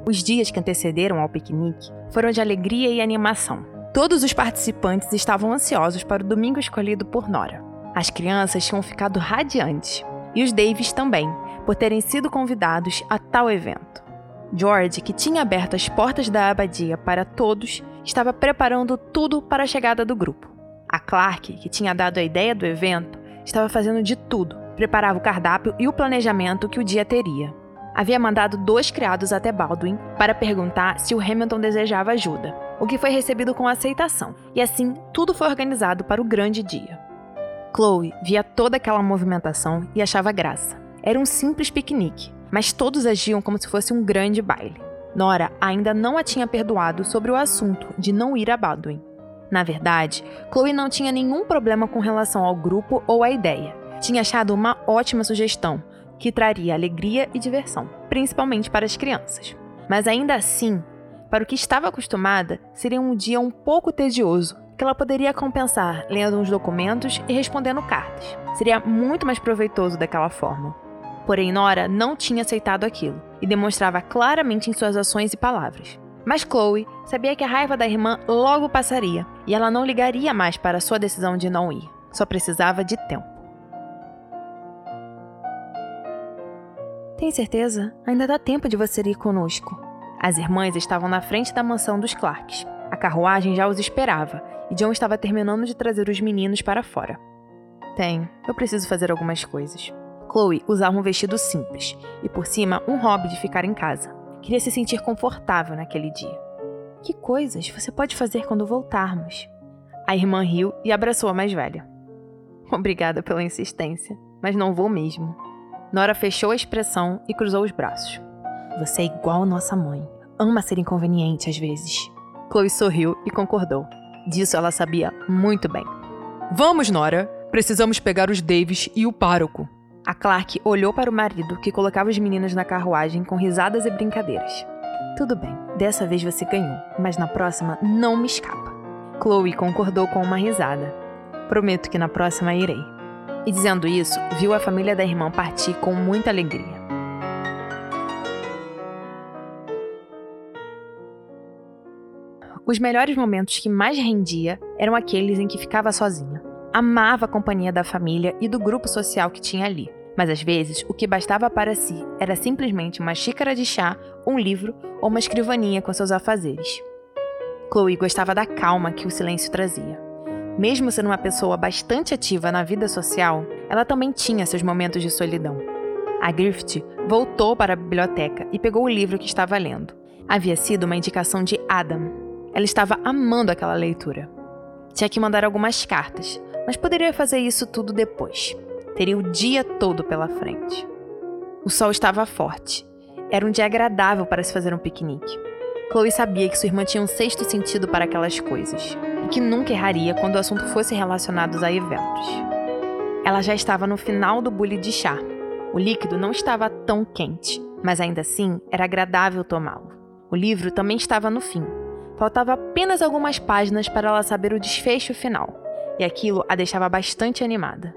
Os dias que antecederam ao piquenique foram de alegria e animação. Todos os participantes estavam ansiosos para o domingo escolhido por Nora. As crianças tinham ficado radiantes, e os Davis também, por terem sido convidados a tal evento. George, que tinha aberto as portas da abadia para todos, estava preparando tudo para a chegada do grupo. A Clark, que tinha dado a ideia do evento, estava fazendo de tudo, preparava o cardápio e o planejamento que o dia teria. Havia mandado 2 criados até Baldwin para perguntar se o Hamilton desejava ajuda, o que foi recebido com aceitação, e assim tudo foi organizado para o grande dia. Chloe via toda aquela movimentação e achava graça. Era um simples piquenique, mas todos agiam como se fosse um grande baile. Nora ainda não a tinha perdoado sobre o assunto de não ir a Baldwin. Na verdade, Chloe não tinha nenhum problema com relação ao grupo ou à ideia. Tinha achado uma ótima sugestão, que traria alegria e diversão, principalmente para as crianças. Mas ainda assim, para o que estava acostumada, seria um dia um pouco tedioso, que ela poderia compensar lendo uns documentos e respondendo cartas. Seria muito mais proveitoso daquela forma. Porém, Nora não tinha aceitado aquilo e demonstrava claramente em suas ações e palavras. Mas Chloe sabia que a raiva da irmã logo passaria e ela não ligaria mais para sua decisão de não ir. Só precisava de tempo. Tem certeza? Ainda dá tempo de você ir conosco. As irmãs estavam na frente da mansão dos Clarks. A carruagem já os esperava e John estava terminando de trazer os meninos para fora. Eu preciso fazer algumas coisas. Chloe usava um vestido simples e, por cima, um hobby de ficar em casa. Queria se sentir confortável naquele dia. Que coisas você pode fazer quando voltarmos? A irmã riu e abraçou a mais velha. Obrigada pela insistência, mas não vou mesmo. Nora fechou a expressão e cruzou os braços. Você é igual a nossa mãe. Ama ser inconveniente às vezes. Chloe sorriu e concordou. Disso ela sabia muito bem. Vamos, Nora. Precisamos pegar os Davis e o pároco. A Clark olhou para o marido, que colocava os meninos na carruagem com risadas e brincadeiras. Tudo bem, dessa vez você ganhou, mas na próxima não me escapa. Chloe concordou com uma risada. Prometo que na próxima irei. E dizendo isso, viu a família da irmã partir com muita alegria. Os melhores momentos que mais rendia eram aqueles em que ficava sozinha. Amava a companhia da família e do grupo social que tinha ali. Mas às vezes, o que bastava para si era simplesmente uma xícara de chá, um livro ou uma escrivaninha com seus afazeres. Chloe gostava da calma que o silêncio trazia. Mesmo sendo uma pessoa bastante ativa na vida social, ela também tinha seus momentos de solidão. A Griffith voltou para a biblioteca e pegou o livro que estava lendo. Havia sido uma indicação de Adam. Ela estava amando aquela leitura. Tinha que mandar algumas cartas, mas poderia fazer isso tudo depois. Teria o dia todo pela frente. O sol estava forte. Era um dia agradável para se fazer um piquenique. Chloe sabia que sua irmã tinha um sexto sentido para aquelas coisas, e que nunca erraria quando o assunto fosse relacionado a eventos. Ela já estava no final do bule de chá. O líquido não estava tão quente, mas ainda assim era agradável tomá-lo. O livro também estava no fim. Faltava apenas algumas páginas para ela saber o desfecho final, e aquilo a deixava bastante animada.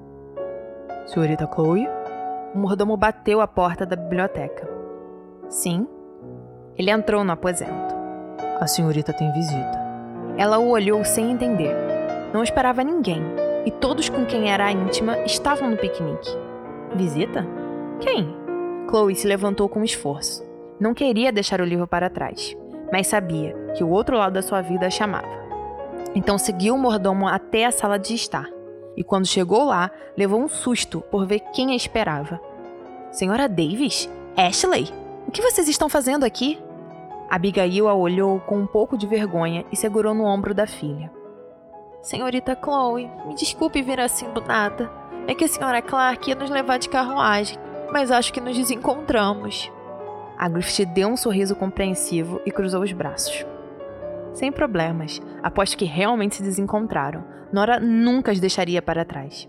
Senhorita Chloe? O mordomo bateu à porta da biblioteca. Sim. Ele entrou no aposento. A senhorita tem visita. Ela o olhou sem entender. Não esperava ninguém, e todos com quem era íntima estavam no piquenique. Visita? Quem? Chloe se levantou com esforço. Não queria deixar o livro para trás, mas sabia que o outro lado da sua vida a chamava. Então seguiu o mordomo até a sala de estar. E quando chegou lá, levou um susto por ver quem a esperava. Senhora Davis? Ashley? O que vocês estão fazendo aqui? Abigail a olhou com um pouco de vergonha e segurou no ombro da filha. Senhorita Chloe, me desculpe vir assim do nada. É que a senhora Clark ia nos levar de carruagem, mas acho que nos desencontramos. A Griffith deu um sorriso compreensivo e cruzou os braços. Sem problemas, aposto que realmente se desencontraram. Nora nunca as deixaria para trás.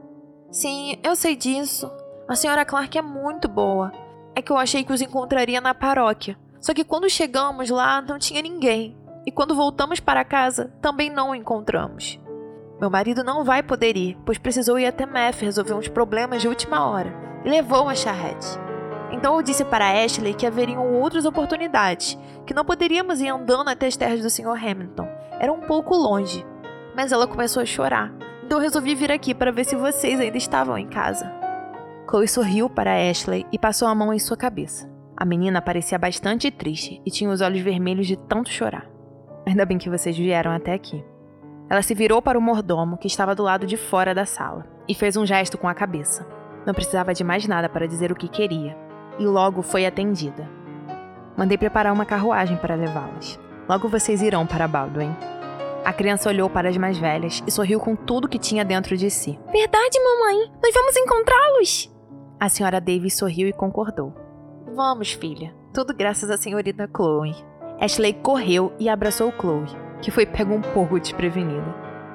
Sim, eu sei disso. A senhora Clark é muito boa. É que eu achei que os encontraria na paróquia. Só que quando chegamos lá, não tinha ninguém. E quando voltamos para casa, também não o encontramos. Meu marido não vai poder ir, pois precisou ir até Meth resolver uns problemas de última hora. E levou a charrete. Então eu disse para Ashley que haveriam outras oportunidades, que não poderíamos ir andando até as terras do Sr. Hamilton. Era um pouco longe. Mas ela começou a chorar. Então eu resolvi vir aqui para ver se vocês ainda estavam em casa. Chloe sorriu para Ashley e passou a mão em sua cabeça. A menina parecia bastante triste e tinha os olhos vermelhos de tanto chorar. Ainda bem que vocês vieram até aqui. Ela se virou para o mordomo, que estava do lado de fora da sala, e fez um gesto com a cabeça. Não precisava de mais nada para dizer o que queria, e logo foi atendida. Mandei preparar uma carruagem para levá-las. Logo vocês irão para Baldwin. A criança olhou para as mais velhas e sorriu com tudo que tinha dentro de si. Verdade, mamãe? Nós vamos encontrá-los? A senhora Davis sorriu e concordou. Vamos, filha. Tudo graças à senhorita Chloe. Ashley correu e abraçou Chloe, que foi pega um pouco desprevenida.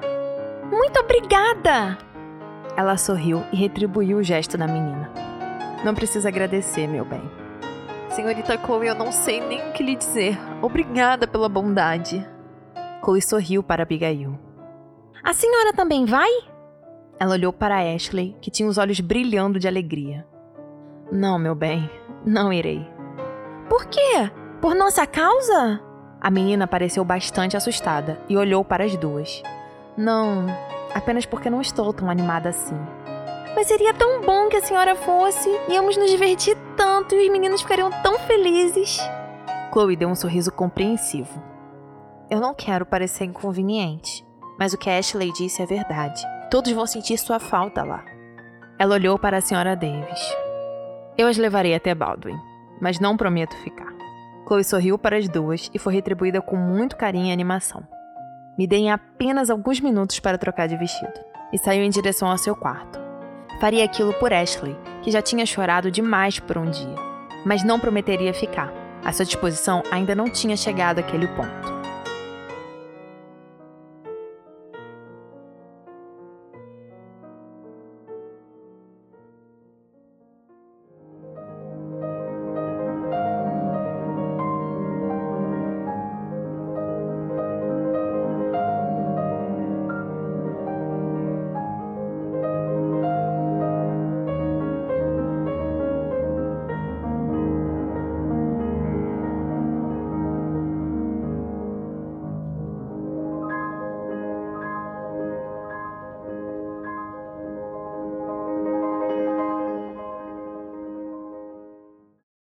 Muito obrigada! Ela sorriu e retribuiu o gesto da menina. Não precisa agradecer, meu bem. Senhorita Chloe, eu não sei nem o que lhe dizer. Obrigada pela bondade. Chloe sorriu para Abigail. A senhora também vai? Ela olhou para Ashley, que tinha os olhos brilhando de alegria. Não, meu bem, não irei. Por quê? Por nossa causa? A menina pareceu bastante assustada e olhou para as duas. Não, apenas porque não estou tão animada assim. Mas seria tão bom que a senhora fosse. Íamos nos divertir tanto e os meninos ficariam tão felizes. Chloe deu um sorriso compreensivo. Eu não quero parecer inconveniente, mas o que a Ashley disse é verdade. Todos vão sentir sua falta lá. Ela olhou para a senhora Davis. Eu as levarei até Baldwin, mas não prometo ficar. Chloe sorriu para as duas e foi retribuída com muito carinho e animação. Me deem apenas alguns minutos para trocar de vestido, e saiu em direção ao seu quarto. Faria aquilo por Ashley, que já tinha chorado demais por um dia, mas não prometeria ficar. A sua disposição ainda não tinha chegado àquele ponto.